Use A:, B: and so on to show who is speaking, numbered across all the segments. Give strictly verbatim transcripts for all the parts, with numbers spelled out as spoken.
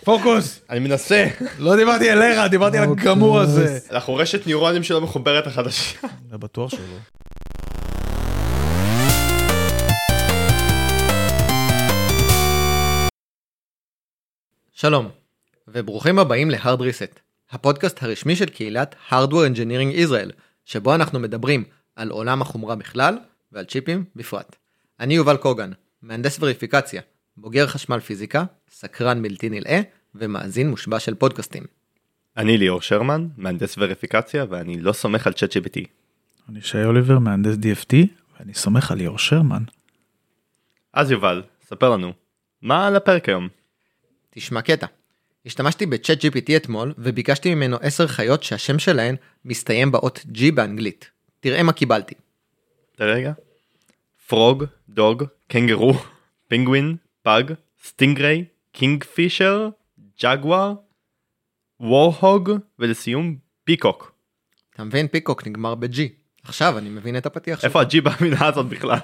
A: פוקוס.
B: אני מנסה.
A: לא דיברתי אליך, דיברתי על הגמור הזה.
B: אנחנו רשת ניורונים שלא מחוברת אחד לשנייה.
A: זה בטוח שלא.
C: שלום, וברוכים הבאים ל-Hard Reset, הפודקאסט הרשמי של קהילת Hardware Engineering Israel, שבו אנחנו מדברים על עולם החומרה בכלל ועל צ'יפים בפרט. אני יובל קוגן, מהנדס וריפיקציה, בוגר חשמל פיזיקה, סקרן בלתי נלאה ומאזין מושבע של פודקאסטים.
B: אני ליאור שרמן, מהנדס וריפיקציה, ואני לא סומך על צ'אט ג'י פי טי.
A: אני שי אוליבר, מהנדס די אף טי, ואני סומך על ליאור שרמן.
B: אז יובל, ספר לנו, מה על הפרק היום?
C: תשמע קטע. השתמשתי בצ'אט ג'י פי טי אתמול וביקשתי ממנו עשר חיות שהשם שלהן מסתיים באות G באנגלית. תראה מה קיבלתי.
B: רגע. פרוג, דוג, קנגרו, פינגווין, פג, סטינגריי, קינג פישר, ג'גואר, וורהוג, ולסיום פיקוק.
C: אתה מבין, פיקוק נגמר ב-G. עכשיו אני מבין את הפתיח שלך.
B: איפה ה-G במילה הזאת בכלל?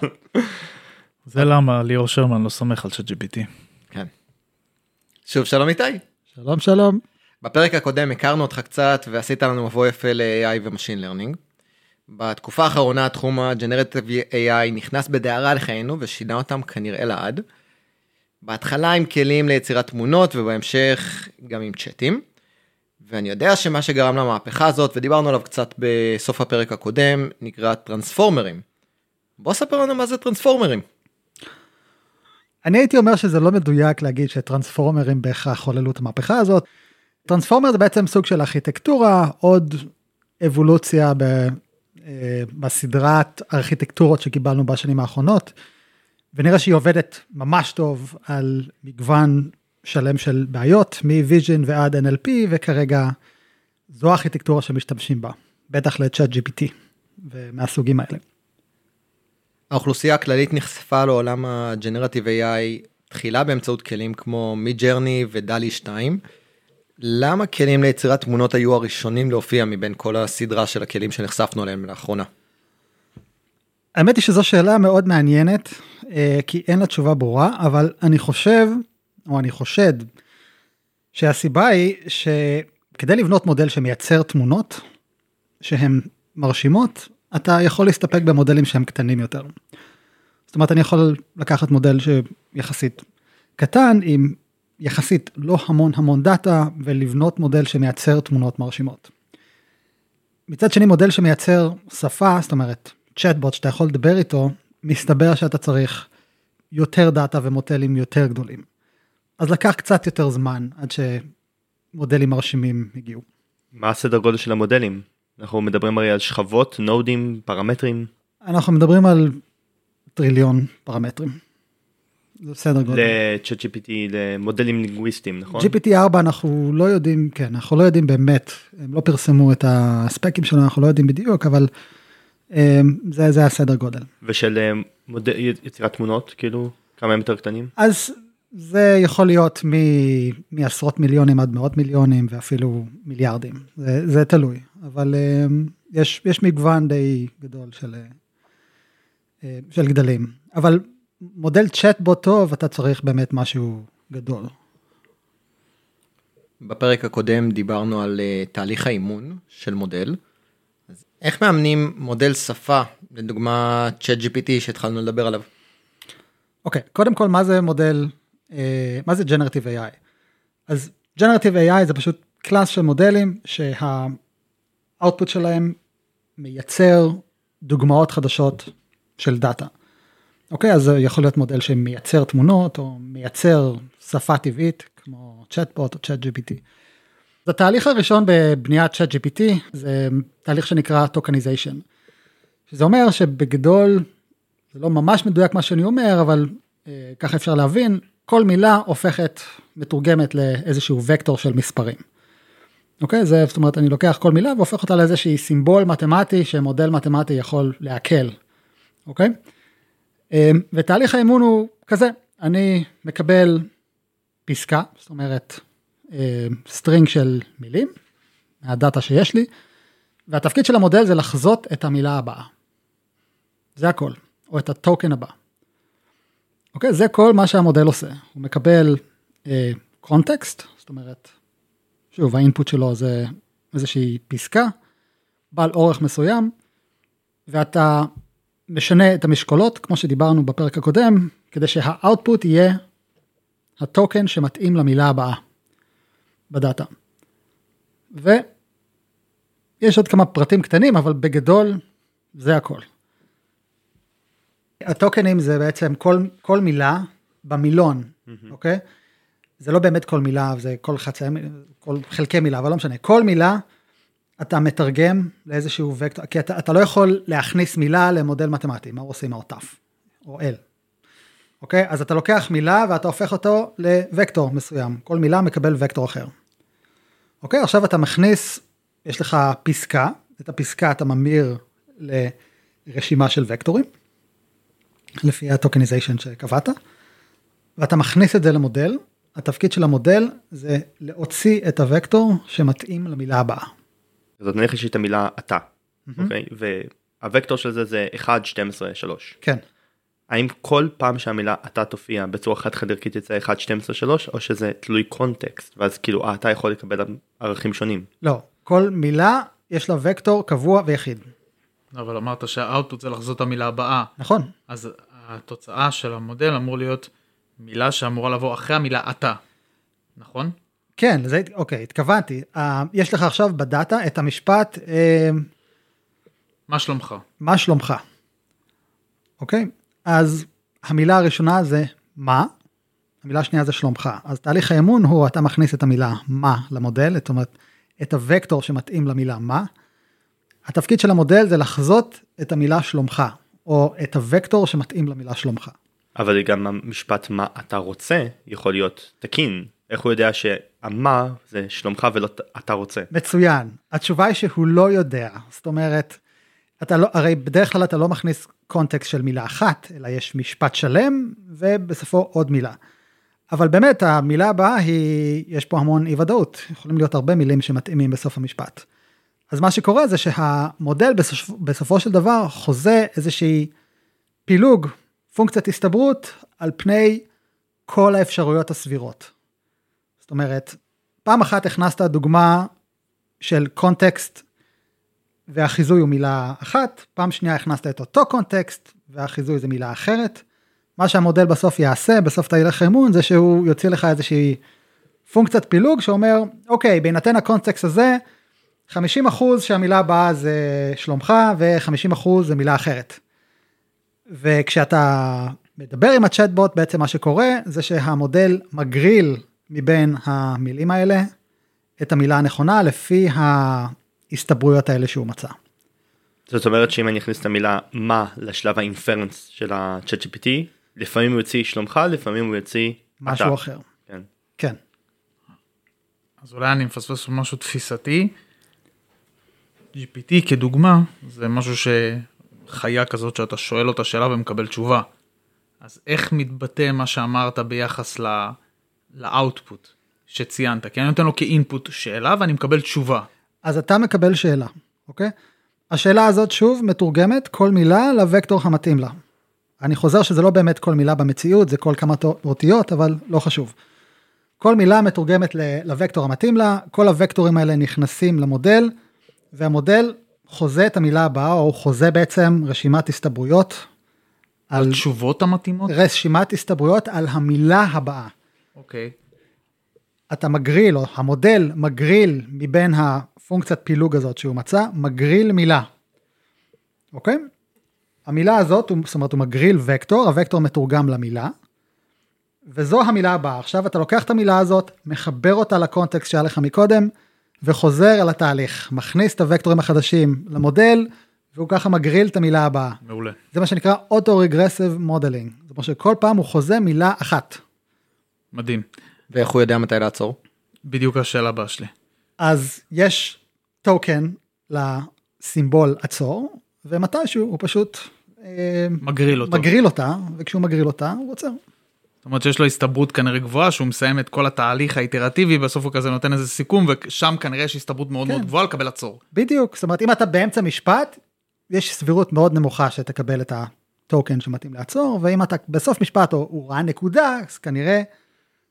A: זה למה ליאור שרמן לא סומך על צ'אט ג'י פי טי.
C: כן. שוב שלום איתי.
D: שלום שלום.
C: בפרק הקודם הכרנו אותך קצת ועשית לנו מבוא יפה ל-איי איי ומשין לרנינג. בתקופה האחרונה התחום ה-Generative איי איי נכנס בדהרה לחיינו ושינה אותם כנראה לעד. בהתחלה עם כלים ליצירת תמונות ובהמשך גם עם צ'אטים. ואני יודע שמה שגרם למהפכה הזאת, ודיברנו עליו קצת בסוף הפרק הקודם, נקרא טרנספורמרים. בוא ספר לנו מה זה טרנספורמרים.
D: אני הייתי אומר שזה לא מדויק להגיד שטרנספורמרים בהכרח חוללו את המהפכה הזאת. טרנספורמר זה בעצם סוג של ארכיטקטורה, עוד אבולוציה ב, בסדרת ארכיטקטורות שקיבלנו בשנים האחרונות, ונראה שהיא עובדת ממש טוב על מגוון שלם של בעיות, מ-Vision ועד אן אל פי, וכרגע זו הארכיטקטורה שמשתמשים בה, בטח ל-Chat ג'י פי טי ומהסוגים האלה.
C: האוכלוסייה הכללית נחשפה לעולם ה-Generative איי איי תחילה באמצעות כלים כמו Midjourney ודלי שתיים. למה כלים ליצירת תמונות היו הראשונים להופיע מבין כל הסדרה של הכלים שנחשפנו עליהם לאחרונה?
D: האמת היא שזו שאלה מאוד מעניינת, כי אין לה תשובה ברורה, אבל אני חושב, או אני חושד, שהסיבה היא שכדי לבנות מודל שמייצר תמונות, שהן מרשימות, אתה יכול להסתפק במודלים שהם קטנים יותר. זאת אומרת, אני יכול לקחת מודל שיחסית קטן, עם יחסית לא המון המון דאטה, ולבנות מודל שמייצר תמונות מרשימות. מצד שני, מודל שמייצר שפה, זאת אומרת, צ'אטבוט שאתה יכול לדבר איתו, מסתבר שאתה צריך יותר דאטה ומודלים יותר גדולים. אז לקח קצת יותר זמן, עד שמודלים מרשימים הגיעו.
B: מה הסדר גודל של המודלים? אנחנו מדברים הרי על שכבות, נודים, פרמטרים.
D: אנחנו מדברים על טריליון פרמטרים. זה סדר גודל.
B: ל-Chat ג'י פי טי, למודלים לינגוויסטיים, נכון?
D: ג'י פי טי ארבע אנחנו לא יודעים, כן, אנחנו לא יודעים באמת, הם לא פרסמו את הספקים שלנו, אנחנו לא יודעים בדיוק, אבל זה, זה הסדר גודל.
B: ושל מודל, יצירת תמונות, כאילו, כמה הם יותר קטנים?
D: אז זה יכול להיות מ, מעשרות מיליונים עד מאות מיליונים, ואפילו מיליארדים. זה, זה תלוי. אבל יש, יש מגוון די גדול של, של גדלים. אבל מודל צ'אטבוט טוב, אתה צריך באמת משהו גדול.
C: בפרק הקודם דיברנו על תהליך האימון של מודל. אז איך מאמנים מודל שפה, לדוגמה צ'אט ג'י פי טי שהתחלנו לדבר עליו?
D: אוקיי, קודם כל, מה זה מודל, מה זה Generative איי איי? אז Generative איי איי זה פשוט קלאס של מודלים שה... האוטפוט שלהם מייצר דוגמאות חדשות של דאטה. אוקיי, אז זה יכול להיות מודל שמייצר תמונות, או מייצר שפה טבעית, כמו צ'אטבוט או צ'אט ג'י פי טי. אז התהליך הראשון בבניית צ'אט ג'י פי טי, זה תהליך שנקרא טוקניזיישן. שזה אומר שבגדול, זה לא ממש מדויק מה שאני אומר, אבל אה, ככה אפשר להבין, כל מילה הופכת, מתורגמת לאיזשהו וקטור של מספרים. אוקיי, זה, זאת אומרת, אני לוקח כל מילה והופך אותה לאיזושהי סימבול מתמטי, שמודל מתמטי יכול להקל. אוקיי? ותהליך האימון הוא כזה, אני מקבל פסקה, זאת אומרת, סטרינג של מילים, מהדאטה שיש לי, והתפקיד של המודל זה לחזות את המילה הבאה. זה הכל, או את הטוקן הבא. אוקיי, זה כל מה שהמודל עושה. הוא מקבל קונטקסט, זאת אומרת, שוב, האינפוט שלו זה איזושהי פסקה, בעל אורך מסוים, ואתה משנה את המשקולות, כמו שדיברנו בפרק הקודם, כדי שהאוטפוט יהיה הטוקן שמתאים למילה הבאה בדאטה. ויש עוד כמה פרטים קטנים, אבל בגדול זה הכל. הטוקנים זה בעצם כל, כל מילה במילון, mm-hmm. אוקיי? זה לא באמת כל מילה, זה כל חצי, כל חלקי מילה, אבל לא משנה. כל מילה אתה מתרגם לאיזשהו וקטור, כי אתה, אתה לא יכול להכניס מילה למודל מתמטי, מה עושים מהאותף, או אל. אוקיי? אז אתה לוקח מילה ואתה הופך אותו לוקטור מסוים. כל מילה מקבל וקטור אחר. אוקיי? עכשיו אתה מכניס, יש לך פסקה, את הפסקה אתה ממיר לרשימה של וקטורים, לפי הטוקניזיישן שקבעת, ואתה מכניס את זה למודל. התפקיד של המודל זה להוציא את הוקטור שמתאים למילה הבאה.
B: זאת נניח יש את המילה אתה, אוקיי? והוקטור של זה זה אחת, שתים עשרה, שלוש.
D: כן.
B: האם כל פעם שהמילה אתה תופיע בצורה חד חד ערכית יצא אחת, שתים עשרה, שלוש, או שזה תלוי קונטקסט, ואז כאילו אתה יכול לקבל ערכים שונים?
D: לא, כל מילה יש לה וקטור קבוע ויחיד.
A: אבל אמרת שהאוטפוט זה לחזות המילה הבאה.
D: נכון.
A: אז התוצאה של המודל אמור להיות מילה שאמורה לבוא אחרי המילה אתה, נכון?
D: כן, זה, אוקיי, התכוונתי. Uh, יש לך עכשיו בדאטה את המשפט, uh,
A: מה שלומך?
D: מה שלומך? אוקיי? אז המילה הראשונה זה מה, המילה השנייה זה שלומך. אז תהליך האמון הוא, אתה מכניס את המילה מה למודל, זאת אומרת, את הוקטור שמתאים למילה מה. התפקיד של המודל זה לחזות את המילה שלומך, או את הוקטור שמתאים למילה שלומך.
B: אבל גם המשפט מה אתה רוצה יכול להיות תקין. איך הוא יודע שהמה זה שלומך ולא אתה רוצה?
D: מצוין. התשובה היא שהוא לא יודע. זאת אומרת, אתה לא, הרי בדרך כלל אתה לא מכניס קונטקסט של מילה אחת, אלא יש משפט שלם ובסופו עוד מילה. אבל באמת המילה הבאה היא, יש פה המון אי ודאות. יכולים להיות הרבה מילים שמתאימים בסוף המשפט. אז מה שקורה זה שהמודל בסופ, בסופו של דבר חוזה איזושהי פילוג, פונקציית הסתברות על פני כל האפשרויות הסבירות. זאת אומרת, פעם אחת הכנסת דוגמה של קונטקסט והחיזוי הוא מילה אחת, פעם שנייה הכנסת את אותו קונטקסט והחיזוי זה מילה אחרת. מה שהמודל בסוף יעשה, בסוף תהליך האמון, זה שהוא יוציא לך איזושהי פונקציית פילוג שאומר, אוקיי, בהינתן הקונטקסט הזה, חמישים אחוז שהמילה הבאה זה שלומך ו-חמישים אחוז זה מילה אחרת. וכשאתה מדבר עם הצ'אטבוט, בעצם מה שקורה זה שהמודל מגריל מבין המילים האלה את המילה הנכונה לפי ההסתברויות האלה שהוא מצא.
B: זאת אומרת שאם אני אכניס את המילה מה לשלב האינפרנס של ה-צ'אט ג'י פי טי, לפעמים הוא יוציא שלומך, לפעמים הוא יוציא
D: משהו
B: אתה.
D: אחר.
B: כן.
D: כן.
A: אז אולי אני מפספס משהו תפיסתי. ג'י פי טי כדוגמה, זה משהו שחיה כזאת שאתה שואל אותה שאלה ומקבל תשובה. אז איך מתבטא מה שאמרת ביחס ל... לאוטפוט שציינת? כי אני נותן לו כאינפוט שאלה ואני מקבל תשובה.
D: אז אתה מקבל שאלה, אוקיי? השאלה הזאת שוב מתורגמת כל מילה לוקטור המתאים לה. אני חוזר שזה לא באמת כל מילה במציאות, זה כל כמה אותיות, אבל לא חשוב. כל מילה מתורגמת לוקטור המתאים לה, כל הוקטורים האלה נכנסים למודל, והמודל חוזה את המילה הבאה, או חוזה בעצם רשימת הסתברויות.
A: על תשובות המתאימות?
D: רשימת הסתברויות על המילה הבאה.
A: אוקיי.
D: אתה מגריל, או המודל מגריל מבין הפונקציית פילוג הזאת שהוא מצא, מגריל מילה. אוקיי? המילה הזאת, זאת אומרת, הוא מגריל וקטור, הוקטור מתורגם למילה, וזו המילה הבאה. עכשיו אתה לוקח את המילה הזאת, מחבר אותה לקונטקסט שהיה לך מקודם, וחוזר על התהליך, מכניס את הוקטורים החדשים למודל, והוא ככה מגריל את המילה הבאה.
A: מעולה.
D: זה מה שנקרא Auto-Regressive Modeling. זאת אומרת שכל פעם הוא חוזה מילה אחת.
A: מדהים.
C: ואיך הוא יודע מתי לעצור?
A: בדיוק השאלה הבאה שלי.
D: אז יש טוקן לסימבול עצור, ומתישהו הוא פשוט
A: מגריל אותו.
D: מגריל אותה, וכשהוא מגריל אותה, הוא עוצר.
A: זאת אומרת שיש לו הסתברות כנראה גבוהה, שהוא מסיים את כל התהליך האיטרטיבי, בסוף הוא כזה נותן איזה סיכום, ושם כנראה יש הסתברות מאוד מאוד גבוהה לקבל עצור.
D: בדיוק, זאת אומרת, אם אתה באמצע משפט, יש סבירות מאוד נמוכה שתקבל את הטוקן שמתאים לעצור, ואם אתה בסוף משפט, או הוא ראה נקודה, אז כנראה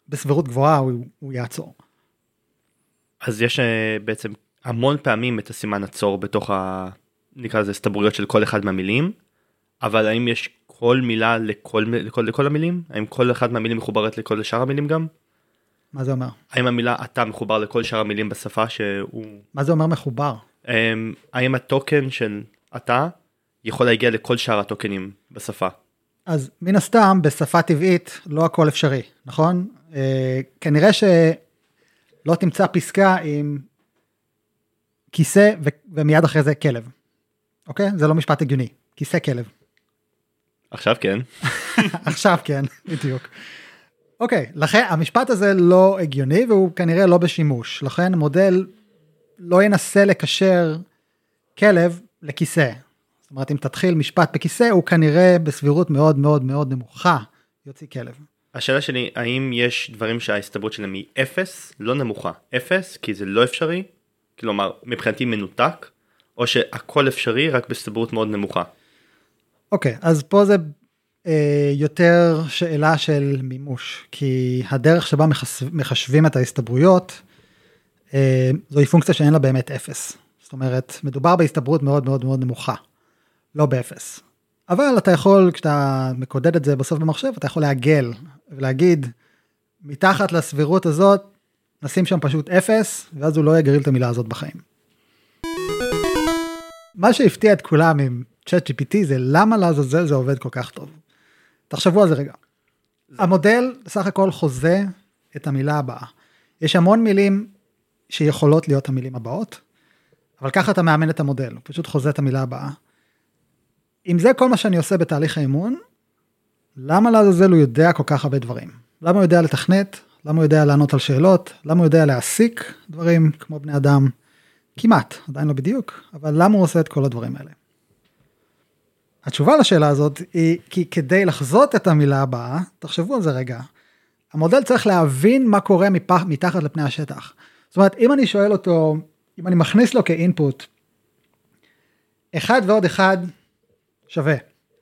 D: בסבירות גבוהה הוא, הוא יעצור.
B: אז יש בעצם המון פעמים את הסימן עצור בתוך ה... נקרא לזה הסתברויות של כל אחד מהמילים, אבל האם יש כל מילה לכל, לכל, לכל המילים? האם כל אחד מהמילים מחוברת לכל שאר המילים גם?
D: מה זה אומר?
B: האם המילה אתה מחובר לכל שאר המילים בשפה שהוא...
D: מה זה אומר מחובר?
B: האם הטוקן של אתה יכול להגיע לכל שאר הטוקנים בשפה?
D: אז מן הסתם בשפה טבעית לא הכל אפשרי, נכון? אה, כנראה שלא תמצא פסקה עם כיסא ו- ומיד אחרי זה כלב. אוקיי? זה לא משפט הגיוני. כיסא כלב.
B: עכשיו כן.
D: עכשיו כן, בדיוק. אוקיי, לכן המשפט הזה לא הגיוני והוא כנראה לא בשימוש. לכן המודל לא ינסה לקשר כלב לכיסא. זאת אומרת, אם תתחיל משפט בכיסא, הוא כנראה בסבירות מאוד מאוד מאוד נמוכה יוציא כלב.
B: השאלה שלי, האם יש דברים שההסתברות שלהם היא אפס, לא נמוכה, אפס, כי זה לא אפשרי, כלומר, מבחינתי מנותק, או שהכל אפשרי רק בסתברות מאוד נמוכה.
D: אוקיי, אז פה זה אה, יותר שאלה של מימוש, כי הדרך שבה מחש... מחשבים את ההסתברויות, אה, זוהי פונקציה שאין לה באמת אפס. זאת אומרת, מדובר בהסתברות מאוד מאוד מאוד נמוכה, לא באפס. אבל אתה יכול, כשאתה מקודד את זה בסוף במחשב, אתה יכול לעגל ולהגיד, מתחת לסבירות הזאת, נשים שם פשוט אפס, ואז הוא לא יגריל את המילה הזאת בחיים. מה שהפתיע את כולם עם ChatGPT זה למה לעזאזל זה עובד כל כך טוב. תחשבו על זה רגע. המודל סך הכל חוזה את המילה הבאה. יש המון מילים שיכולות להיות המילים הבאות, אבל ככה אתה מאמן את המודל, הוא פשוט חוזה את המילה הבאה. אם זה כל מה שאני עושה בתהליך האימון, למה לעזאזל הוא יודע כל כך הרבה דברים? למה הוא יודע לתכנת? למה הוא יודע לענות על שאלות? למה הוא יודע להסיק דברים כמו בני אדם? כמעט, עדיין לא בדיוק, אבל למה הוא עושה את כל הדברים האלה? התשובה לשאלה הזאת היא, כי כדי לחזות את המילה הבאה, תחשבו על זה רגע, המודל צריך להבין מה קורה מפח, מתחת לפני השטח. זאת אומרת, אם אני שואל אותו, אם אני מכניס לו כאינפוט, אחד ועוד אחד שווה,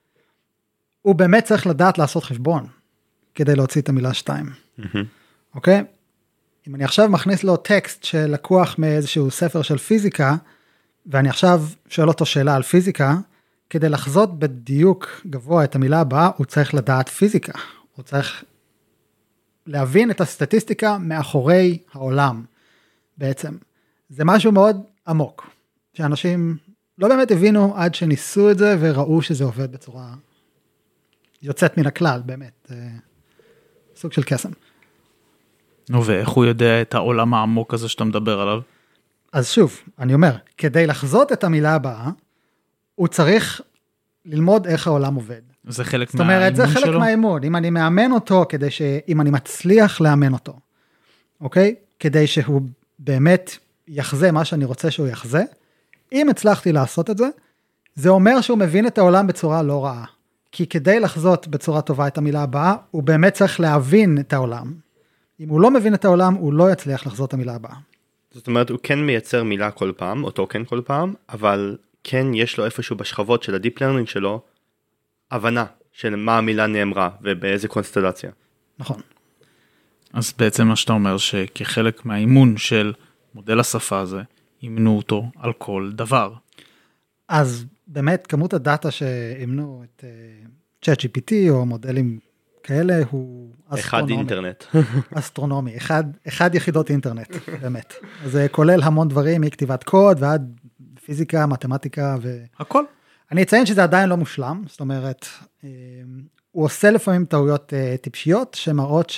D: הוא באמת צריך לדעת לעשות חשבון, כדי להוציא את המילה שתיים. Mm-hmm. אוקיי? אם אני עכשיו מכניס לו טקסט שלקוח מאיזשהו ספר של פיזיקה, ואני עכשיו שואל אותו שאלה על פיזיקה, כדי לחזות בדיוק גבוה את המילה הבאה, הוא צריך לדעת פיזיקה. הוא צריך להבין את הסטטיסטיקה מאחורי העולם, בעצם. זה משהו מאוד עמוק, שאנשים לא באמת הבינו עד שניסו את זה, וראו שזה עובד בצורה יוצאת מן הכלל, באמת. סוג של קסם.
A: נו, ואיך הוא יודע את העולם העמוק הזה שאתה מדבר עליו?
D: אז שוב, אני אומר, כדי לחזות את המילה הבאה, הוא צריך ללמוד איך העולם עובד.
A: זה חלק
D: מהאימון שלו? זאת אומרת, זה חלק
A: שלו?
D: מהאימון. אם אני מאמן אותו, כדי ש... אם אני מצליח לאמן אותו, אוקיי? כדי שהוא באמת יחזה מה שאני רוצה שהוא יחזה, אם הצלחתי לעשות את זה, זה אומר שהוא מבין את העולם בצורה לא רעה. כי כדי לחזות בצורה טובה את המילה הבאה, הוא באמת צריך להבין את העולם. אם הוא לא מבין את העולם, הוא לא יצליח לחזות את המילה הבאה.
B: זאת אומרת, הוא כן מייצר מילה כל פעם, או טוקן כל פעם, אבל כן יש לו איפשהו בשכבות של הדיפ לרנינג שלו, הבנה של מה המילה נאמרה, ובאיזה קונסטלציה.
D: נכון.
A: אז בעצם מה שאתה אומר, שכחלק מהאימון של מודל השפה הזה, אימנו אותו על כל דבר.
D: אז באמת, כמות הדאטה שאימנו את uh, ChatGPT, או מודלים כאלה, הוא אסטרונומי.
B: אחד אינטרנט.
D: אסטרונומי, אחד, אחד יחידות אינטרנט, באמת. אז זה כולל המון דברים, מכתיבת קוד, ועד פיזיקה, מתמטיקה, ו...
A: הכל.
D: אני אציין שזה עדיין לא מושלם, זאת אומרת, הוא עושה לפעמים טעויות טיפשיות, שמראות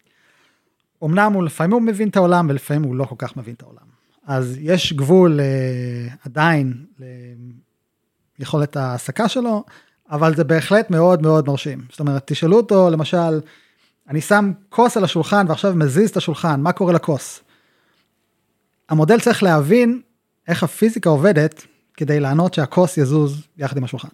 D: שאומנם הוא לפעמים הוא מבין את העולם, ולפעמים הוא לא כל כך מבין את העולם. אז יש גבול עדיין ליכולת ההעסקה שלו, אבל זה בהחלט מאוד מאוד מרשים. זאת אומרת, תשאלו אותו, למשל, אני שם כוס על השולחן, ועכשיו מזיז את השולחן, מה קורה לכוס? המודל צריך להבין איך הפיזיקה עובדת, כדי לענות שהכוס יזוז יחד עם השולחן.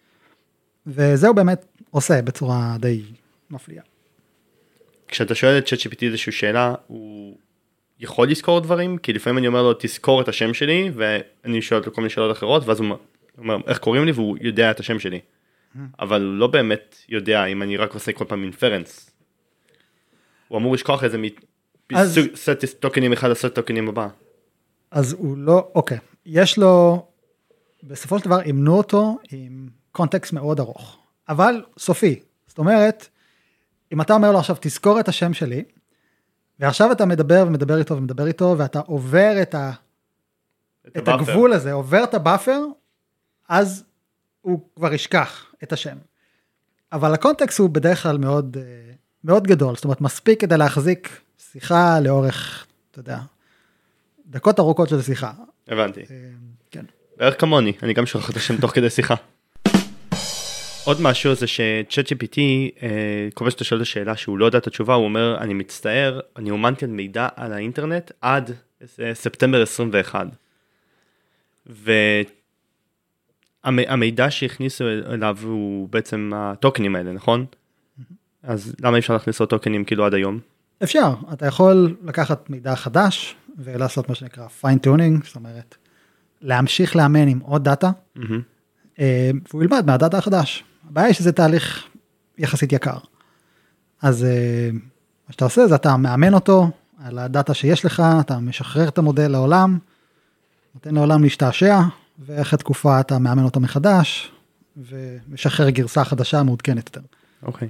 D: וזהו באמת עושה בצורה די מפליאה.
B: כשאתה שואל את ChatGPT איזושהי שאלה, הוא יכול לזכור דברים? כי לפעמים אני אומר לו, תזכור את השם שלי, ואני שואל אותו כל מיני שאלות אחרות, ואז הוא אומר, איך קוראים לי? והוא יודע את השם שלי. אבל הוא לא באמת יודע אם אני רק עושה כל פעם אינפרנס. הוא אמור לשכוח איזה
D: אז-
B: סט טוקנים אחד לסט טוקנים הבא.
D: אז הוא לא, אוקיי, יש לו, בסופו של דבר אימנו אותו עם קונטקסט מאוד ארוך, אבל סופי. זאת אומרת, אם אתה אומר לו עכשיו, תזכור את השם שלי, ועכשיו אתה מדבר ומדבר איתו ומדבר איתו, ואתה עובר את, ה, את, את הגבול הזה, עובר את הבאפר, אז הוא כבר ישכח את השם. אבל הקונטקסט הוא בדרך כלל מאוד, מאוד גדול, זאת אומרת, מספיק כדי להחזיק שיחה לאורך, אתה יודע, דקות ארוכות של שיחה.
B: הבנתי.
D: כן.
B: בערך כמוני, אני גם שוכח את השם תוך כדי שיחה. עוד משהו זה ש-צ'אט ג'י פי טי, כל פעם שאתה שואל את השאלה שהוא לא יודע את התשובה, הוא אומר, אני מצטער, אני אומנתי על מידע על האינטרנט עד ספטמבר עשרים ואחת. והמידע שהכניסו אליו הוא בעצם הטוקנים האלה, נכון? אז למה אי אפשר להכניס לו טוקנים כאילו עד היום?
D: אפשר, אתה יכול לקחת מידע חדש, ולעשות מה שנקרא fine tuning, זאת אומרת, להמשיך לאמן עם עוד דאטה, והוא ילמד מהדאטה החדש. הבעיה היא שזה תהליך יחסית יקר. אז מה שאתה עושה זה אתה מאמן אותו על הדאטה שיש לך, אתה משחרר את המודל לעולם, נותן לעולם להשתעשע, ואחרי תקופה אתה מאמן אותו מחדש, ומשחרר גרסה חדשה מעודכנת יותר.
B: אוקיי.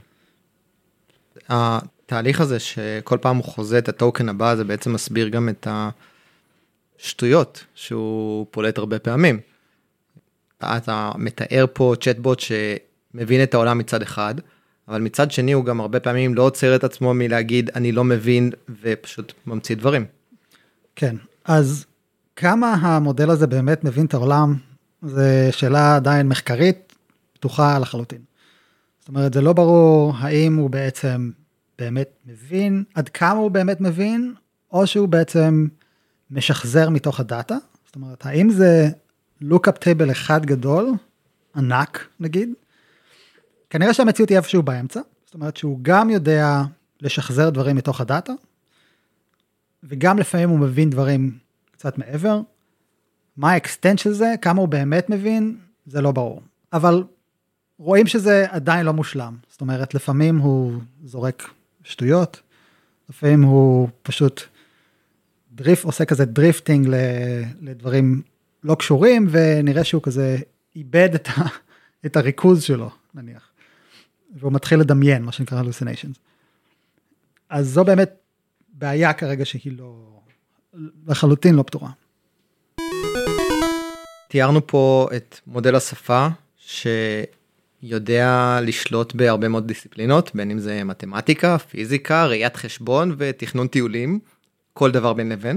C: התהליך הזה שכל פעם הוא חוזה את הטוקן הבא, זה בעצם מסביר גם את השטויות שהוא פולט הרבה פעמים. אתה מתאר פה צ'טבוט שמבין את העולם מצד אחד, אבל מצד שני הוא גם הרבה פעמים לא עוצר את עצמו מלהגיד אני לא מבין ופשוט ממציא דברים.
D: כן, אז כמה המודל הזה באמת מבין את העולם, זו שאלה עדיין מחקרית פתוחה לחלוטין. זאת אומרת, זה לא ברור האם הוא בעצם באמת מבין, עד כמה הוא באמת מבין, או שהוא בעצם משחזר מתוך הדאטה. זאת אומרת, האם זה lookup table אחד גדול, ענק נגיד, כנראה שהמציאות היא איפשהו באמצע, זאת אומרת שהוא גם יודע לשחזר דברים מתוך הדאטה, וגם לפעמים הוא מבין דברים קצת מעבר. מה האקסטנט של זה, כמה הוא באמת מבין, זה לא ברור. אבל רואים שזה עדיין לא מושלם. זאת אומרת, לפעמים הוא זורק שטויות, לפעמים הוא פשוט דריפ, עושה כזה דריפטינג לדברים לא קשורים, ונראה שהוא כזה איבד את, ה, את הריכוז שלו, נניח. והוא מתחיל לדמיין, מה שנקרא hallucinations. אז זו באמת בעיה כרגע שהיא לא, לחלוטין לא פתורה.
C: תיארנו פה את מודל השפה, שיודע לשלוט בהרבה מאוד דיסציפלינות, בין אם זה מתמטיקה, פיזיקה, ראיית חשבון ותכנון טיולים, כל דבר בין לבין.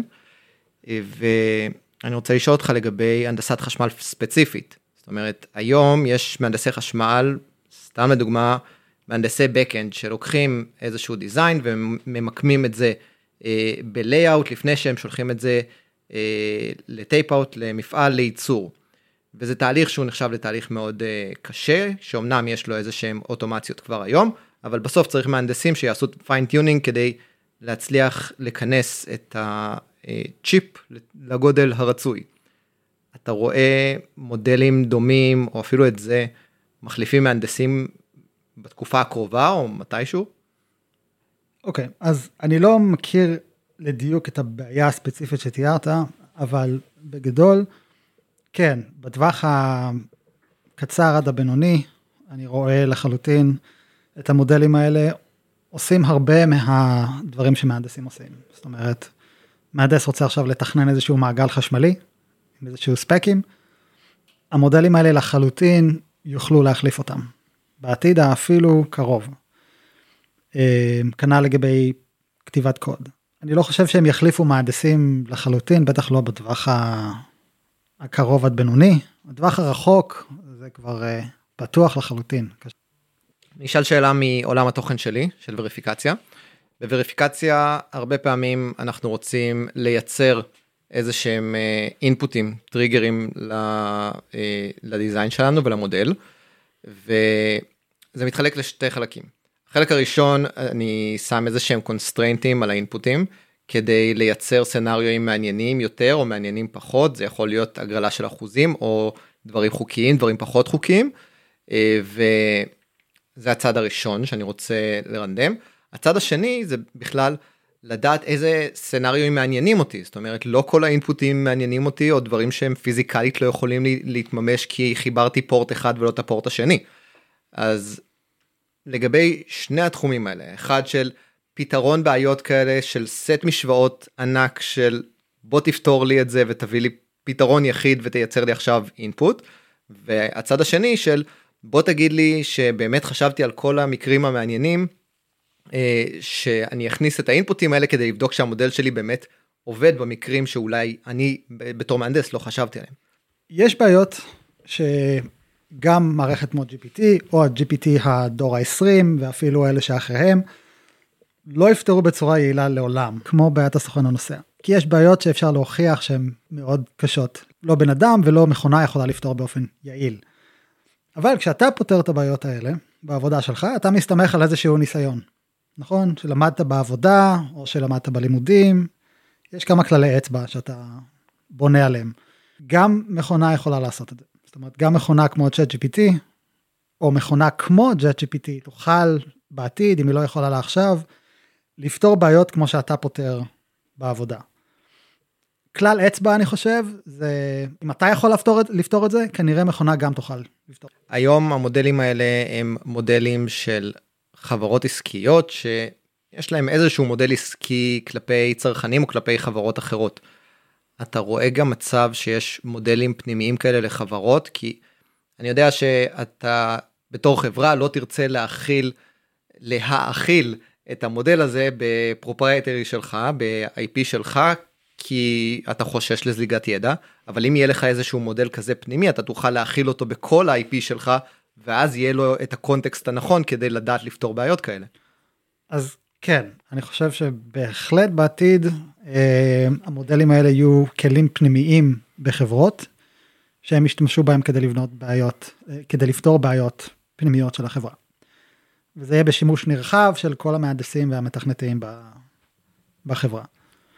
C: ואני רוצה לשאול אותך לגבי הנדסת חשמל ספציפית. זאת אומרת, היום יש מהנדסי חשמל, סתם לדוגמה, מהנדסי backend שלוקחים איזשהו דיזיין וממקמים את זה ב-layout לפני שהם שולחים את זה לטייפ-אוט, למפעל, לייצור. וזה תהליך שהוא נחשב לתהליך מאוד קשה, שאומנם יש לו איזה שהם אוטומציות כבר היום, אבל בסוף צריך מהנדסים שיעשו fine-tuning כדי להצליח לכנס את הצ'יפ לגודל הרצוי. אתה רואה מודלים דומים, או אפילו את זה, מחליפים מהנדסים בתקופה הקרובה, או מתישהו?
D: אוקיי, אז אני לא מכיר לדיוק את הבעיה הספציפית שתיארת, אבל בגדול, כן, בטווח הקצר עד הבינוני, אני רואה לחלוטין את המודלים האלה, עושים הרבה מהדברים שמהנדסים עושים. זאת אומרת, מהנדס רוצה עכשיו לתכנן איזשהו מעגל חשמלי, עם איזשהו ספקים, המודלים האלה לחלוטין יוכלו להחליף אותם. בעתיד אפילו קרוב. כנ"ל לגבי כתיבת קוד. אני לא חושב שהם יחליפו מהנדסים לחלוטין, בטח לא בטווח הקרוב עד בינוני. בטווח הרחוק זה כבר פתוח לחלוטין.
C: אני אשאל שאלה מעולם התוכן שלי, של וריפיקציה. בווריפיקציה הרבה פעמים אנחנו רוצים לייצר איזה שהם אינפוטים, טריגרים לדיזיין שלנו ולמודל, וזה מתחלק לשתי חלקים. החלק הראשון, אני שם איזה שהם קונסטריינטים על האינפוטים, כדי לייצר סנריואים מעניינים יותר או מעניינים פחות, זה יכול להיות הגרלה של אחוזים או דברים חוקיים, דברים פחות חוקיים, וזה הצד הראשון שאני רוצה לרנדם. הצד השני זה בכלל לדעת איזה סנריואים מעניינים אותי, זאת אומרת, לא כל האינפוטים מעניינים אותי, או דברים שהם פיזיקלית לא יכולים להתממש, כי חיברתי פורט אחד ולא את הפורט השני. אז לגבי שני התחומים האלה, אחד של פתרון בעיות כאלה, של סט משוואות ענק של בוא תפתור לי את זה, ותביא לי פתרון יחיד ותייצר לי עכשיו אינפוט, והצד השני של בוא תגיד לי שבאמת חשבתי על כל המקרים המעניינים, שאני אכניס את האינפוטים האלה כדי לבדוק שהמודל שלי באמת עובד במקרים שאולי אני בתור מהנדס לא חשבתי עליהם.
D: יש בעיות שגם מערכת כמו ג'י פי טי או ה-ג'י פי טי הדור ה-עשרים ואפילו אלה שאחריהם לא יפתרו בצורה יעילה לעולם, כמו בעיית הסוכן הנוסע. כי יש בעיות שאפשר להוכיח שהן מאוד קשות. לא בן אדם ולא מכונה יכולה לפתור באופן יעיל. אבל כשאתה פותר את הבעיות האלה בעבודה שלך, אתה מסתמך על איזשהו ניסיון. נכון? שלמדת בעבודה, או שלמדת בלימודים, יש כמה כללי אצבע שאתה בונה עליהם. גם מכונה יכולה לעשות את זה. זאת אומרת, גם מכונה כמו צ'אט ג'י פי טי, או מכונה כמו צ'אט ג'י פי טי, תוכל בעתיד, אם היא לא יכולה לה עכשיו, לפתור בעיות כמו שאתה פותר בעבודה. כלל אצבע, אני חושב, זה, אם אתה יכול לפתור, לפתור את זה, כנראה מכונה גם תוכל לפתור.
C: היום המודלים האלה הם מודלים של חברות עסקיות שיש להם איזשהו מודל עסקי כלפי צרכנים או כלפי חברות אחרות. אתה רואה גם מצב שיש מודלים פנימיים כאלה לחברות, כי אני יודע שאתה בתור חברה לא תרצה להכיל, להאכיל את המודל הזה בפרופרייטרי שלך, ב-איי פי שלך, כי אתה חושש לזליגת ידע, אבל אם יהיה לך איזשהו מודל כזה פנימי, אתה תוכל להכיל אותו בכל ה-איי פי שלך, ואז יהיה לו את הקונטקסט הנכון כדי לדעת לפתור בעיות כאלה.
D: אז כן, אני חושב שבהחלט בעתיד אה, המודלים האלה יהיו כלים פנימיים בחברות, שהם ישתמשו בהם כדי לבנות בעיות, אה, כדי לפתור בעיות פנימיות של החברה. וזה יהיה בשימוש נרחב של כל המהנדסים והמתכנתים בחברה.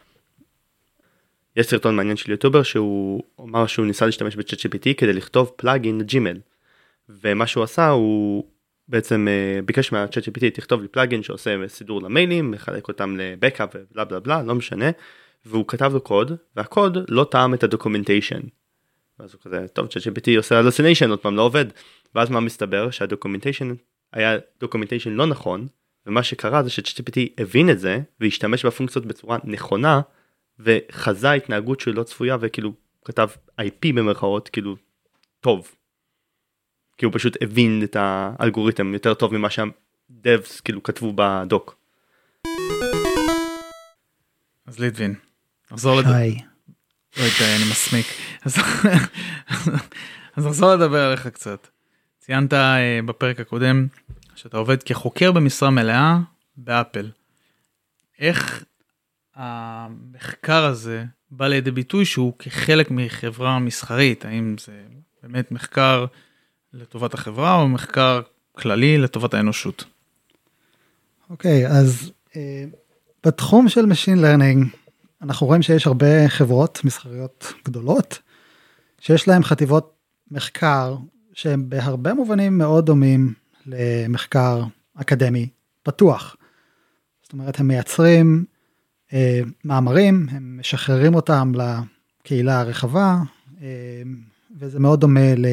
B: יש סרטון מעניין של יוטיובר שהוא אמר שהוא ניסה להשתמש ב-צ'אט ג'י פי טי כדי לכתוב פלאגין לג'ימייל. ומה שהוא עשה הוא בעצם ביקש מה-צ'אט ג'י פי טי תכתוב לי פלאגין שעושה סידור למיילים, מחלק אותם לבקאפ ובלה בלה בלה, לא משנה. והוא כתב לו קוד, והקוד לא טעם את הדוקומנטיישן. אז הוא כזה, טוב, צ'אט ג'י פי טי עושה הלוסיניישן, עוד פעם לא עובד. ואז מה מסתבר? שהדוקומנטיישן היה דוקומנטיישן לא נכון, ומה שקרה זה ש-צ'אט ג'י פי טי הבין את זה, והשתמש בפונקציות בצורה נכונה, וחזה התנהגות שלא צפויה, וכאילו כתב איי פי במרכאות, כאילו, טוב. כי הוא פשוט הבין את האלגוריתם יותר טוב ממה שהדבס כאילו כתבו בדוק.
A: אז ליטווין, נחזור לדבר.
D: שי.
A: לא יודע, אני מסמיק. אז נחזור לדבר עליך קצת. ציינת בפרק הקודם שאתה עובד כחוקר במשרה מלאה באפל. איך המחקר הזה בא לידי ביטוי שהוא כחלק מחברה מסחרית? האם זה באמת מחקר לטובת החברה או מחקר כללי לטובת האנושות?
D: אוקיי, אז אה, בתחום של Machine Learning אנחנו רואים שיש הרבה חברות מסחריות גדולות שיש להם חטיבות מחקר שהם בהרבה מובנים מאוד דומים למחקר אקדמי פתוח. זאת אומרת, הם מייצרים אה, מאמרים, הם משחררים אותם לקהילה הרחבה, אה, וזה מאוד דומה ל...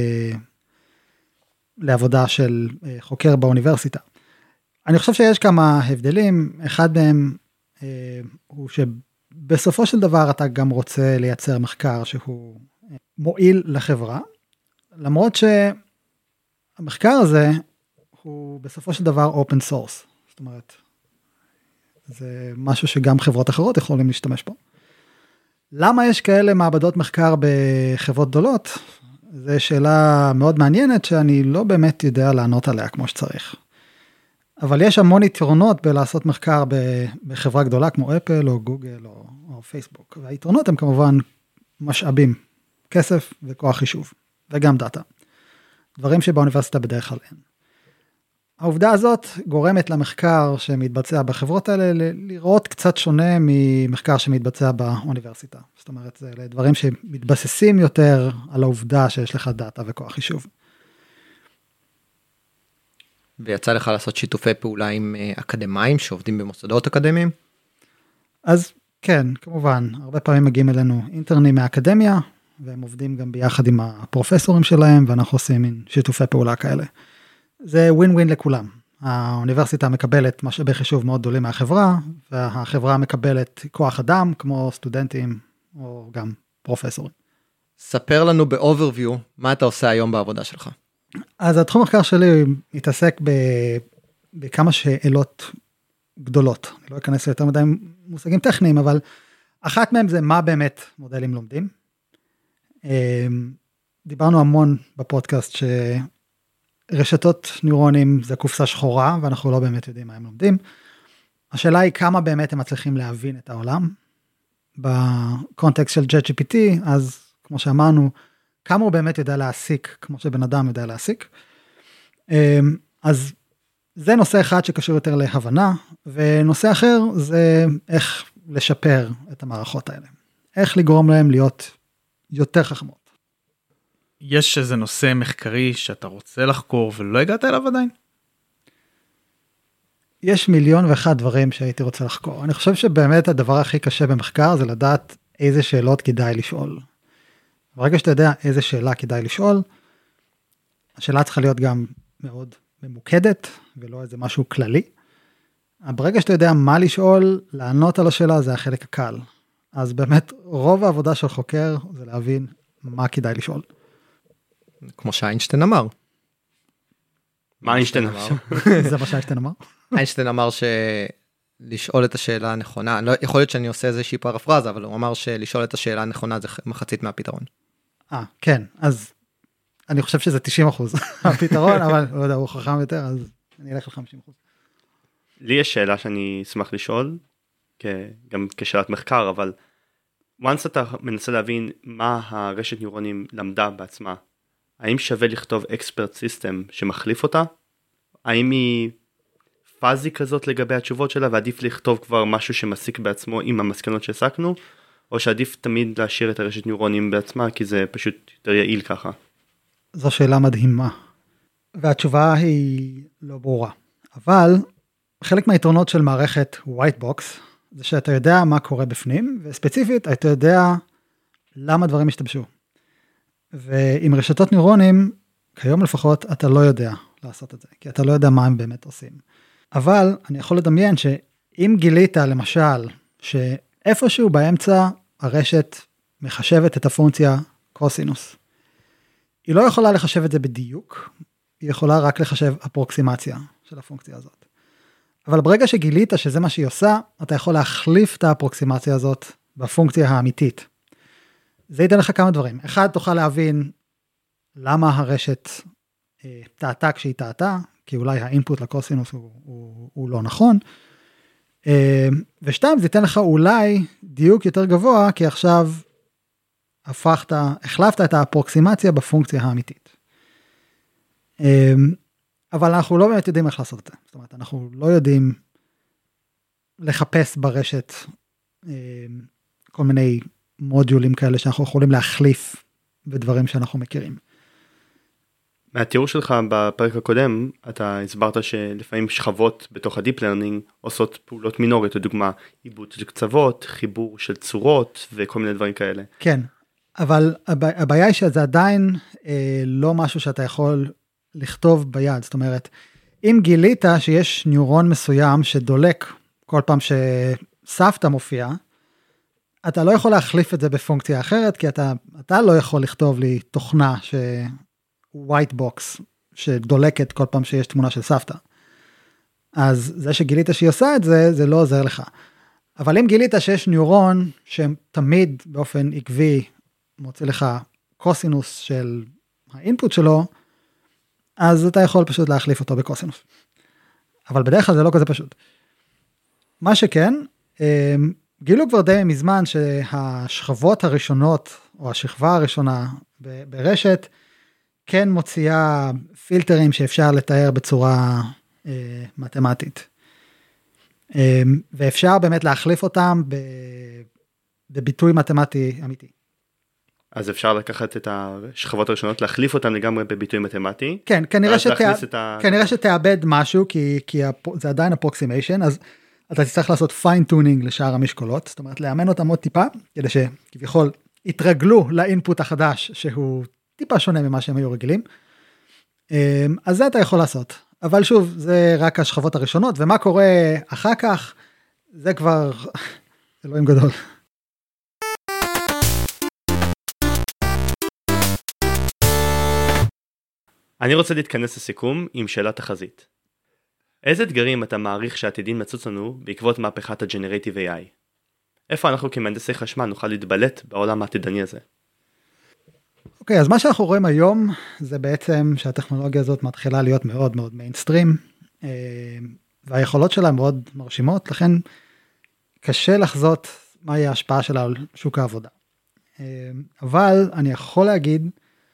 D: לעבודה של אה, חוקר באוניברסיטה. אני חושב שיש כמה הבדלים, אחד מהם אה, הוא שבסופו של דבר אתה גם רוצה לייצר מחקר שהוא אה, מועיל לחברה, למרות שהמחקר הזה הוא בסופו של דבר open source, זאת אומרת, זה משהו שגם חברות אחרות יכולים להשתמש בו. למה יש כאלה מעבדות מחקר בחברות גדולות? זו שאלה מאוד מעניינת שאני לא באמת יודע לענות עליה כמו שצריך. אבל יש המון יתרונות בלעשות מחקר בחברה גדולה כמו אפל או גוגל או, או פייסבוק. והיתרונות הם כמובן משאבים, כסף וכוח חישוב, וגם דאטה. דברים שבאוניברסיטה בדרך כלל אין. העובדה הזאת גורמת למחקר שמתבצע בחברות האלה לראות קצת שונה ממחקר שמתבצע באוניברסיטה. זאת אומרת, זה דברים שמתבססים יותר על העובדה שיש לך דאטה וכוח חישוב.
C: ויצא לך לעשות שיתופי פעולה עם אקדמיים שעובדים במוסדות אקדמיים?
D: אז כן, כמובן, הרבה פעמים מגיעים אלינו אינטרנים מהאקדמיה, והם עובדים גם ביחד עם הפרופסורים שלהם, ואנחנו עושים מין שיתופי פעולה כאלה. זה ווין ווין לכולם. האוניברסיטה מקבלת משאבי חישוב מאוד גדולים מהחברה, והחברה מקבלת כוח אדם, כמו סטודנטים או גם פרופסורים.
C: ספר לנו ב-overview, מה אתה עושה היום בעבודה שלך?
D: אז התחום המחקר שלי מתעסק ב, בכמה שאלות גדולות. אני לא אכנס ליותר מדי מושגים טכניים, אבל אחת מהם זה מה באמת מודלים לומדים. דיברנו המון בפודקאסט שרשתות נוירונים זה קופסה שחורה, ואנחנו לא באמת יודעים מה הם לומדים. השאלה היא כמה באמת הם מצליחים להבין את העולם. בקונטקסט של ג'אט ג'י פי טי, אז כמו שאמרנו, כמה הוא באמת יודע להסיק, כמו שבן אדם יודע להסיק. אז זה נושא אחד שקשור יותר להבנה, ונושא אחר זה איך לשפר את המערכות האלה. איך לגרום להם להיות יותר חכמות.
A: יש איזה נושא מחקרי שאתה רוצה לחקור ולא הגעת אליו עדיין?
D: יש מיליון ואחד דברים שהייתי רוצה לחקור. אני חושב שבאמת הדבר הכי קשה במחקר זה לדעת איזה שאלות כדאי לשאול. ברגע שאתה יודע איזה שאלה כדאי לשאול, השאלה צריכה להיות גם מאוד ממוקדת, ולא איזה משהו כללי. ברגע שאתה יודע מה לשאול, לענות על השאלה זה החלק הקל. אז באמת רוב העבודה של חוקר זה להבין מה כדאי לשאול.
C: כמו שאיינשטיין אמר.
B: מה איינשטיין אמר?
D: זה מה שאיינשטיין אמר?
C: איינשטיין אמר שלשאול את השאלה הנכונה, לא, יכול להיות שאני עושה איזושהי פרפרזה, אבל הוא אמר שלשאול את השאלה הנכונה זה מחצית מהפתרון.
D: אה, כן, אז אני חושב שזה תשעים אחוז הפתרון, אבל לא יודע, הוא חכם יותר, אז אני אלך ל-חמישים אחוז.
B: לי יש שאלה שאני אשמח לשאול, גם כשאלת מחקר, אבל once אתה מנסה להבין מה הרשת נוירונים למדה בעצמה, האם שווה לכתוב expert system שמחליף אותה? האם היא פאזי כזאת לגבי התשובות שלה, ועדיף לכתוב כבר משהו שמסיק בעצמו עם המסקנות שהסקנו, או שעדיף תמיד להשאיר את הרשת נוירונים בעצמה, כי זה פשוט יותר יעיל ככה?
D: זו שאלה מדהימה, והתשובה היא לא ברורה. אבל חלק מהיתרונות של מערכת white box, זה שאתה יודע מה קורה בפנים, וספציפית אתה יודע למה דברים השתבשו. ועם רשתות נוירונים, כיום לפחות, אתה לא יודע לעשות את זה, כי אתה לא יודע מה הם באמת עושים. אבל אני יכול לדמיין שאם גילית למשל, שאיפשהו באמצע הרשת מחשבת את הפונקציה קוסינוס, היא לא יכולה לחשב את זה בדיוק, היא יכולה רק לחשב אפרוקסימציה של הפונקציה הזאת. אבל ברגע שגילית שזה מה שהיא עושה, אתה יכול להחליף את האפרוקסימציה הזאת בפונקציה האמיתית. זה ייתן לך כמה דברים. אחד, תוכל להבין למה הרשת אה, טעתה כשהיא טעתה, כי אולי האינפוט לקוסינוס הוא, הוא, הוא לא נכון. אה, ושתיים, זה ייתן לך אולי דיוק יותר גבוה, כי עכשיו הפכת, החלפת את האפרוקסימציה בפונקציה האמיתית. אה, אבל אנחנו לא באמת יודעים איך לעשות את זה. זאת אומרת, אנחנו לא יודעים לחפש ברשת אה, כל מיני מודולים כאלה שאנחנו יכולים להחליף בדברים שאנחנו מכירים.
B: מהתיאור שלך בפרק הקודם, אתה הסברת שלפעמים שכבות בתוך ה-Deep Learning עושות פעולות מינוריות, לדוגמה, עיבוד של קצוות, חיבור של צורות וכל מיני דברים כאלה.
D: כן, אבל הבעיה היא שזה עדיין אה, לא משהו שאתה יכול לכתוב ביד, זאת אומרת, אם גילית שיש ניורון מסוים שדולק כל פעם שסבתא מופיע, אתה לא יכול להחליף את זה בפונקציה אחרת, כי אתה, אתה לא יכול לכתוב לי תוכנה ש... white box, שדולקת כל פעם שיש תמונה של סבתא. אז זה שגילית שהיא עושה את זה, זה לא עוזר לך. אבל אם גילית שיש ניורון, שתמיד באופן עקבי, מוצא לך קוסינוס של האינפוט שלו, אז אתה יכול פשוט להחליף אותו בקוסינוס. אבל בדרך כלל זה לא כזה פשוט. מה שכן, גילו כבר די מזמן שהשכבות הראשונות, או השכבה הראשונה ברשת, כן מוציאה פילטרים שאפשר לתאר בצורה אה, מתמטית. אה, ואפשר באמת להחליף אותם ב, בביטוי מתמטי אמיתי.
B: אז אפשר לקחת את השכבות הראשונות, להחליף אותן לגמרי בביטוי מתמטי.
D: כן, כנראה, שתה...
B: ה...
D: כנראה שתאבד משהו, כי, כי זה עדיין אפרוקסימיישן, אז אתה תצטרך לעשות פיין-טונינג לשאר המשקולות, זאת אומרת, לאמן אותם עוד טיפה, כדי שכביכול יתרגלו לאינפוט החדש, שהוא טיפה שונה ממה שהם היו רגילים. אז זה אתה יכול לעשות. אבל שוב, זה רק השכבות הראשונות, ומה קורה אחר כך, זה כבר אלוהים גדול.
B: אני רוצה להתכנס לסיכום עם שאלת תחזית. איזה אתגרים אתה מעריך שעתידים לצוץ לנו בעקבות מהפכת הג'נרטיב איי איי? איפה אנחנו כמהנדסי חשמל נוכל להתבלט בעולם העתידני הזה?
D: אוקיי, okay, אז מה שאנחנו רואים היום זה בעצם שהטכנולוגיה הזאת מתחילה להיות מאוד מאוד מיינסטרים, והיכולות שלה מאוד מרשימות, לכן קשה לחזות מהי ההשפעה שלה על שוק העבודה. אבל אני יכול להגיד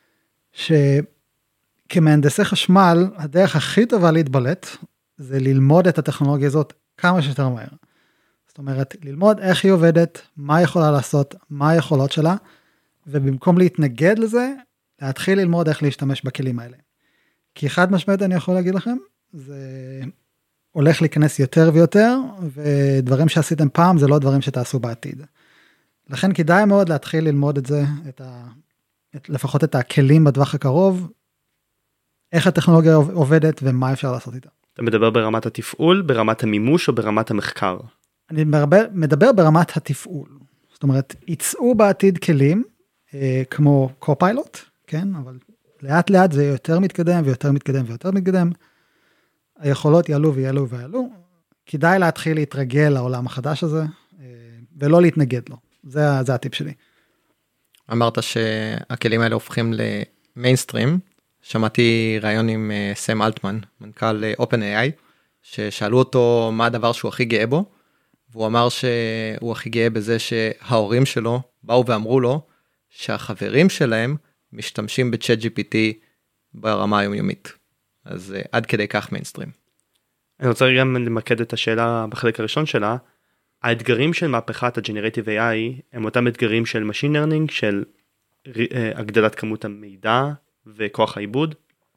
D: שכמהנדסי חשמל, הדרך הכי טובה להתבלט, זה ללמוד את הטכנולוגיה הזאת כמה שיותר מהר. זאת אומרת, ללמוד איך היא עובדת, מה היא יכולה לעשות, מה היכולות שלה, ובמקום להתנגד לזה, להתחיל ללמוד איך להשתמש בכלים האלה. כי חד משמעית אני יכול להגיד לכם, זה הולך להיכנס יותר ויותר, ודברים שעשיתם פעם זה לא דברים שתעשו בעתיד. לכן כדאי מאוד להתחיל ללמוד את זה, את ה, את, לפחות את הכלים בטווח הקרוב, איך הטכנולוגיה עובדת ומה אפשר לעשות איתה.
B: אתה מדבר ברמת התפעול, ברמת המימוש או ברמת המחקר?
D: אני מדבר, מדבר ברמת התפעול. זאת אומרת, יצאו בעתיד כלים, אה, כמו קופיילוט, כן? אבל לאט לאט זה יותר מתקדם ויותר מתקדם ויותר מתקדם. היכולות יעלו ויעלו ויעלו. כדאי להתחיל להתרגל לעולם החדש הזה, אה, ולא להתנגד לו. זה, זה הטיפ שלי.
C: אמרת שהכלים האלה הופכים למיינסטרים. שמעתי רעיון עם סם אלטמן, מנכ"ל OpenAI, ששאלו אותו מה הדבר שהוא הכי גאה בו, והוא אמר שהוא הכי גאה בזה שההורים שלו באו ואמרו לו, שהחברים שלהם משתמשים ב-צ'אט ג'י פי טי ברמה היומיומית. אז עד כדי כך מיינסטרים.
B: אני רוצה גם למקד את השאלה בחלק הראשון שלה, האתגרים של מהפכת ה-Generative איי איי הם אותם אתגרים של Machine Learning, של הגדלת כמות המידע וכוח העיבוד?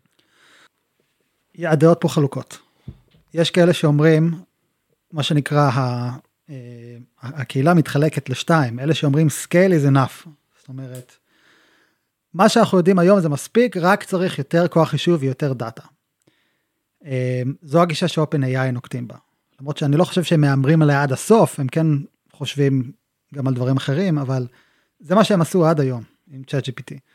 D: הדעות פה חלוקות. יש כאלה שאומרים, מה שנקרא, הקהילה מתחלקת לשתיים, אלה שאומרים scale is enough, זאת אומרת, מה שאנחנו יודעים היום זה מספיק, רק צריך יותר כוח חישוב ויותר דאטה. זו הגישה ש-OpenAI נוקטים בה. למרות שאני לא חושב שהם מאמרים עליה עד הסוף, הם כן חושבים גם על דברים אחרים, אבל זה מה שהם עשו עד היום עם צ'אט ג'י פי טי.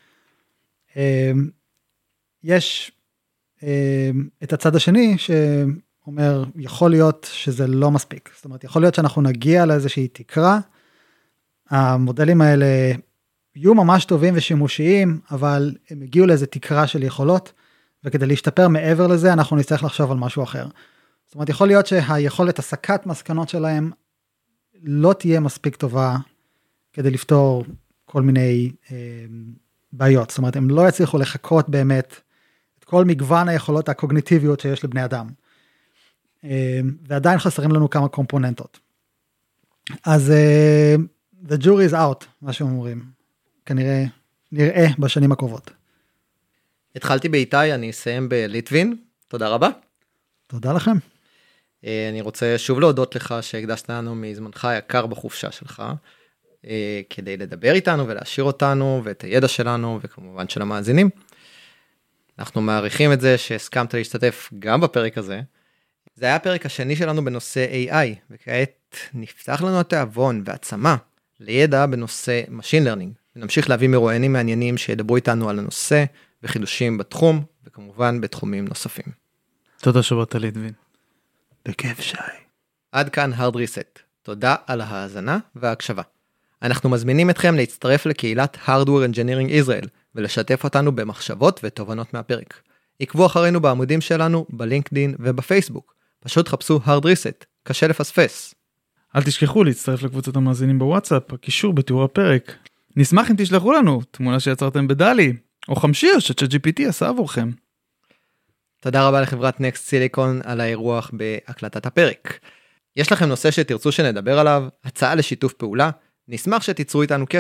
D: יש את הצד השני שאומר, יכול להיות שזה לא מספיק. זאת אומרת, יכול להיות שאנחנו נגיע לאיזושהי תקרה, המודלים האלה יהיו ממש טובים ושימושיים, אבל הם הגיעו לאיזו תקרה של יכולות, וכדי להשתפר מעבר לזה, אנחנו נצטרך לחשוב על משהו אחר. זאת אומרת, יכול להיות שהיכולת הסקת מסקנות שלהם, לא תהיה מספיק טובה, כדי לפתור כל מיני אה, בעיות. זאת אומרת, הם לא יצליחו לחכות באמת, את כל מגוון היכולות הקוגניטיביות שיש לבני אדם. אה, ועדיין חסרים לנו כמה קומפוננטות. אז, אה, the jury is out, מה שאומרים. כנראה, נראה בשנים הקרובות.
C: התחלתי באיתי, אני אסיים בליטווין. תודה רבה.
D: תודה לכם.
C: אני רוצה שוב להודות לך שהקדשת לנו מזמנך היקר בחופשה שלך, כדי לדבר איתנו ולהשאיר אותנו ואת הידע שלנו וכמובן של המאזינים. אנחנו מעריכים את זה שהסכמת להשתתף גם בפרק הזה. זה היה הפרק השני שלנו בנושא איי איי, וכעת נפתח לנו התיאבון והעצמה לידע בנושא Machine Learning, ונמשיך להביא מרואיינים מעניינים שידברו איתנו על הנושא וחידושים בתחום, וכמובן בתחומים נוספים.
A: תודה שבאת ליטווין.
D: בכיף שי.
C: עד כאן Hard Reset. תודה על ההאזנה וההקשבה. אנחנו מזמינים אתכם להצטרף לקהילת Hardware Engineering Israel, ולשתף אותנו במחשבות ותובנות מהפרק. עקבו אחרינו בעמודים שלנו, בלינקדין ובפייסבוק. פשוט חפשו Hard Reset, קשה לפספס.
A: אל תשכחו להצטרף לקבוצת המאזינים בוואטסאפ, הקישור בתיאור הפרק. נשמח אם תשלחו לנו תמונה שיצרתם בדלי, או חמשיר שצ'אט ג'י פי טי עשה עבורכם.
C: תודה רבה לחברת נקסט סיליקון על האירוח בהקלטת הפרק. יש לכם נושא שתרצו שנדבר עליו, הצעה לשיתוף פעולה, נשמח שתיצרו איתנו קשר,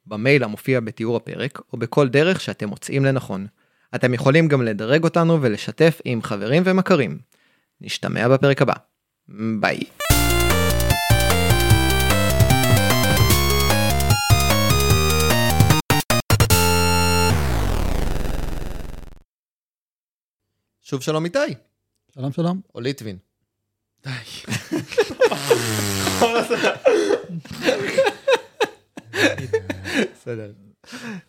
C: במייל המופיע בתיאור הפרק, או בכל דרך שאתם מוצאים לנכון. אתם יכולים גם לדרג אותנו ולשתף עם חברים ומכרים. נשתמע בפרק הבא. ביי. שוב שלום איתי.
D: שלום שלום.
C: או ליטווין.
B: די.
C: בסדר.